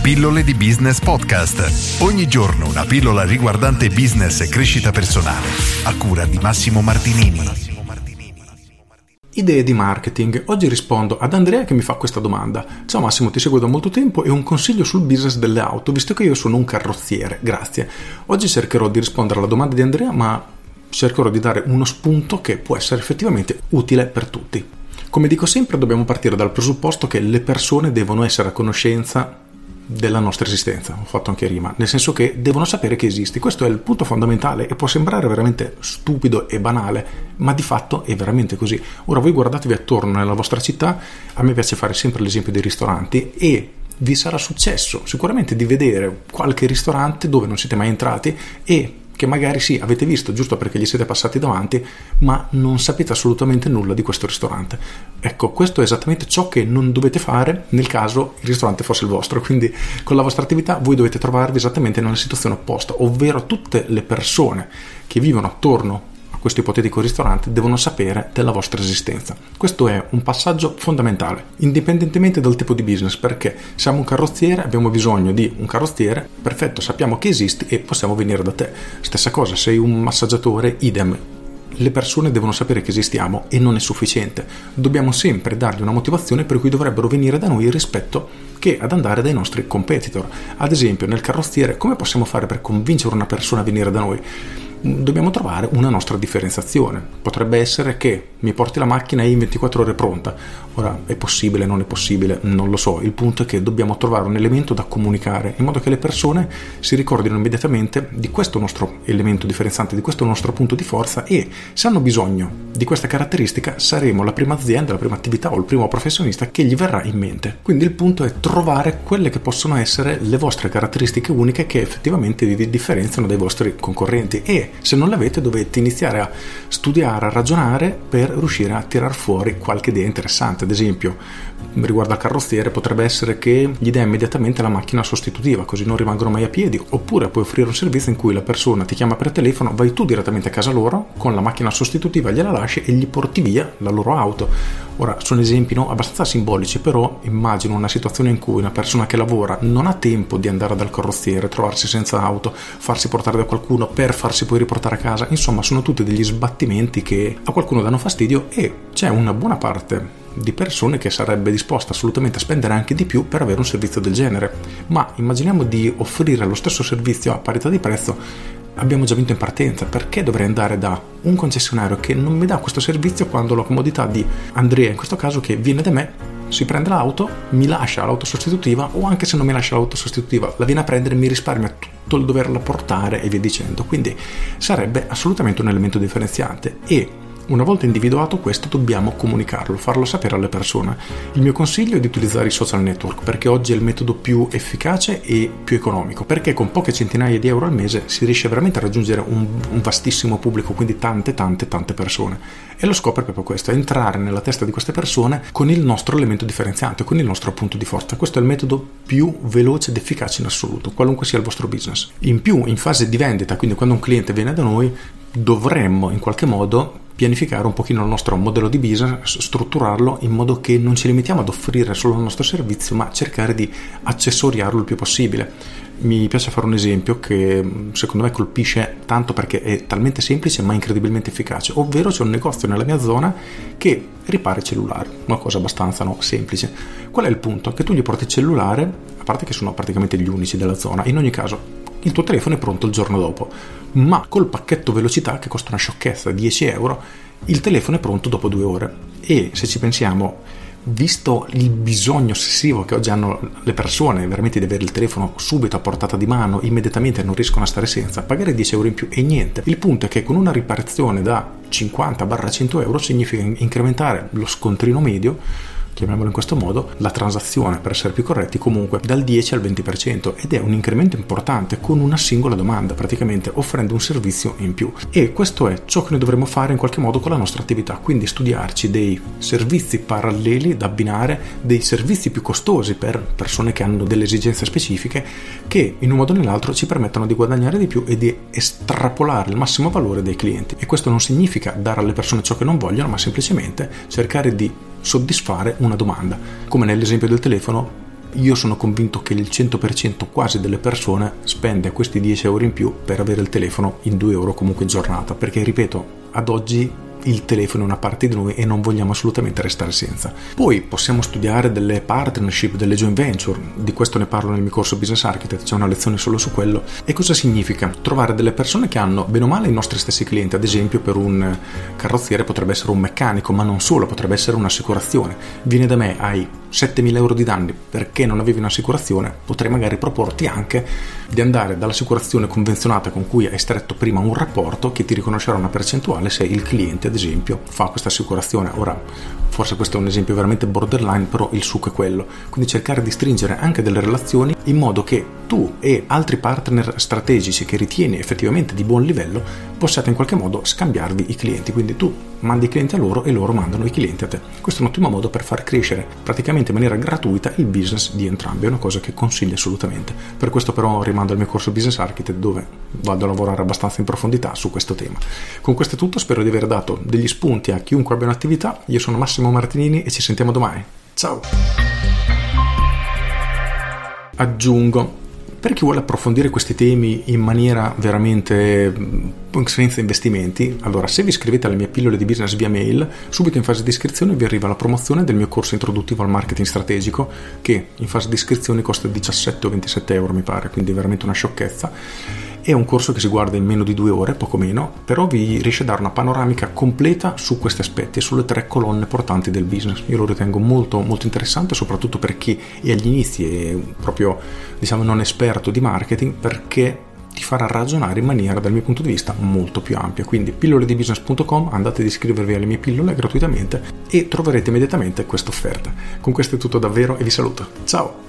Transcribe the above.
Pillole di Business Podcast. Ogni giorno una pillola riguardante business e crescita personale. A cura di Massimo Martinini. Idee di marketing. Oggi rispondo ad Andrea che mi fa questa domanda. Ciao Massimo, ti seguo da molto tempo e un consiglio sul business delle auto, visto che io sono un carrozziere. Grazie. Oggi cercherò di rispondere alla domanda di Andrea, ma cercherò di dare uno spunto che può essere effettivamente utile per tutti. Come dico sempre, dobbiamo partire dal presupposto che le persone devono essere a conoscenza della nostra esistenza. Ho fatto anche rima, nel senso che devono sapere che esisti. Questo è il punto fondamentale e può sembrare veramente stupido e banale, ma di fatto è veramente così. Ora voi guardatevi attorno nella vostra città, a me piace fare sempre l'esempio dei ristoranti, e vi sarà successo sicuramente di vedere qualche ristorante dove non siete mai entrati e che magari sì, avete visto giusto perché gli siete passati davanti, ma non sapete assolutamente nulla di questo ristorante. Ecco, questo è esattamente ciò che non dovete fare nel caso il ristorante fosse il vostro. Quindi con la vostra attività voi dovete trovarvi esattamente nella situazione opposta, ovvero tutte le persone che vivono attorno a questo ipotetico ristorante devono sapere della vostra esistenza. Questo è un passaggio fondamentale, indipendentemente dal tipo di business, perché siamo un carrozziere, abbiamo bisogno di un carrozziere, perfetto, sappiamo che esisti e possiamo venire da te. Stessa cosa, sei un massaggiatore, idem. Le persone devono sapere che esistiamo e non è sufficiente. Dobbiamo sempre dargli una motivazione per cui dovrebbero venire da noi rispetto che ad andare dai nostri competitor. Ad esempio, nel carrozziere, come possiamo fare per convincere una persona a venire da noi? Dobbiamo trovare una nostra differenziazione. Potrebbe essere che mi porti la macchina e in 24 ore è pronta. Ora, è possibile, non è possibile, non lo so. Il punto è che dobbiamo trovare un elemento da comunicare in modo che le persone si ricordino immediatamente di questo nostro elemento differenziante, di questo nostro punto di forza, e se hanno bisogno di questa caratteristica saremo la prima azienda, la prima attività o il primo professionista che gli verrà in mente. Quindi il punto è trovare quelle che possono essere le vostre caratteristiche uniche che effettivamente vi differenziano dai vostri concorrenti, e se non le avete dovete iniziare a studiare, a ragionare per riuscire a tirar fuori qualche idea interessante. Ad esempio, riguardo al carrozziere, potrebbe essere che gli dai immediatamente la macchina sostitutiva, così non rimangono mai a piedi, oppure puoi offrire un servizio in cui la persona ti chiama per telefono, vai tu direttamente a casa loro con la macchina sostitutiva, gliela lasci e gli porti via la loro auto. Ora, sono esempi abbastanza simbolici, però immagino una situazione in cui una persona che lavora non ha tempo di andare dal carrozziere, trovarsi senza auto, farsi portare da qualcuno per farsi poi riportare a casa. Insomma, sono tutti degli sbattimenti che a qualcuno danno fastidio, e c'è una buona parte di persone che sarebbe disposta assolutamente a spendere anche di più per avere un servizio del genere. Ma immaginiamo di offrire lo stesso servizio a parità di prezzo. Abbiamo già vinto in partenza. Perché dovrei andare da un concessionario che non mi dà questo servizio quando ho la comodità di Andrea, in questo caso, che viene da me, si prende l'auto, mi lascia l'auto sostitutiva, o anche se non mi lascia l'auto sostitutiva la viene a prendere, mi risparmia tutto il doverla portare e via dicendo. Quindi sarebbe assolutamente un elemento differenziante, e una volta individuato questo dobbiamo comunicarlo, farlo sapere alle persone. Il mio consiglio è di utilizzare i social network, perché oggi è il metodo più efficace e più economico, perché con poche centinaia di euro al mese si riesce veramente a raggiungere un vastissimo pubblico, quindi tante persone. E lo scopo è proprio questo, entrare nella testa di queste persone con il nostro elemento differenziante, con il nostro punto di forza. Questo è il metodo più veloce ed efficace in assoluto, qualunque sia il vostro business. In più, in fase di vendita, quindi quando un cliente viene da noi, dovremmo in qualche modo pianificare un pochino il nostro modello di business, strutturarlo in modo che non ci limitiamo ad offrire solo il nostro servizio, ma cercare di accessoriarlo il più possibile. Mi piace fare un esempio che secondo me colpisce tanto perché è talmente semplice ma incredibilmente efficace, ovvero c'è un negozio nella mia zona che ripara i cellulari, una cosa abbastanza semplice. Qual è il punto? Che tu gli porti il cellulare, a parte che sono praticamente gli unici della zona, in ogni caso il tuo telefono è pronto il giorno dopo, ma col pacchetto velocità, che costa una sciocchezza, 10 euro, il telefono è pronto dopo 2 ore. E se ci pensiamo, visto il bisogno ossessivo che oggi hanno le persone veramente di avere il telefono subito a portata di mano, immediatamente non riescono a stare senza, pagare 10 euro in più e niente. Il punto è che con una riparazione da 50-100 euro significa incrementare lo scontrino medio, chiamiamolo in questo modo, la transazione, per essere più corretti, comunque dal 10 al 20%, ed è un incremento importante con una singola domanda, praticamente offrendo un servizio in più. E questo è ciò che noi dovremmo fare in qualche modo con la nostra attività, quindi studiarci dei servizi paralleli da abbinare, dei servizi più costosi per persone che hanno delle esigenze specifiche, che in un modo o nell'altro ci permettono di guadagnare di più e di estrapolare il massimo valore dei clienti. E questo non significa dare alle persone ciò che non vogliono, ma semplicemente cercare di soddisfare una domanda. Come nell'esempio del telefono, io sono convinto che il 100% quasi delle persone spende questi 10 euro in più per avere il telefono in 2 euro comunque in giornata, perché ripeto, ad oggi il telefono è una parte di noi e non vogliamo assolutamente restare senza. Poi possiamo studiare delle partnership, delle joint venture, di questo ne parlo nel mio corso Business Architect, c'è una lezione solo su quello. E cosa significa? Trovare delle persone che hanno bene o male i nostri stessi clienti. Ad esempio, per un carrozziere potrebbe essere un meccanico, ma non solo, potrebbe essere un'assicurazione. Viene da me, hai 7.000 euro di danni perché non avevi un'assicurazione, potrei magari proporti anche di andare dall'assicurazione convenzionata con cui hai stretto prima un rapporto, che ti riconoscerà una percentuale se il cliente ad esempio fa questa assicurazione. Ora forse questo è un esempio veramente borderline, però il succo è quello, quindi cercare di stringere anche delle relazioni in modo che tu e altri partner strategici che ritieni effettivamente di buon livello possiate in qualche modo scambiarvi i clienti, quindi tu mandi i clienti a loro e loro mandano i clienti a te. Questo è un ottimo modo per far crescere praticamente in maniera gratuita il business di entrambi, è una cosa che consiglio assolutamente. Per questo però rimando al mio corso Business Architect, dove vado a lavorare abbastanza in profondità su questo tema. Con questo è tutto, spero di aver dato degli spunti a chiunque abbia un'attività. Io sono Massimo Martinini e ci sentiamo domani. Ciao! Aggiungo, per chi vuole approfondire questi temi in maniera veramente senza investimenti, allora se vi iscrivete alle mie pillole di business via mail, subito in fase di iscrizione vi arriva la promozione del mio corso introduttivo al marketing strategico, che in fase di iscrizione costa 17 o 27 euro mi pare, quindi veramente una sciocchezza. È un corso che si guarda in meno di 2 ore, poco meno, però vi riesce a dare una panoramica completa su questi aspetti e sulle 3 colonne portanti del business. Io lo ritengo molto, molto interessante, soprattutto per chi è agli inizi e proprio, diciamo, non esperto di marketing, perché ti farà ragionare in maniera, dal mio punto di vista, molto più ampia. Quindi pilloledibusiness.com, andate ad iscrivervi alle mie pillole gratuitamente e troverete immediatamente questa offerta. Con questo è tutto davvero e vi saluto. Ciao!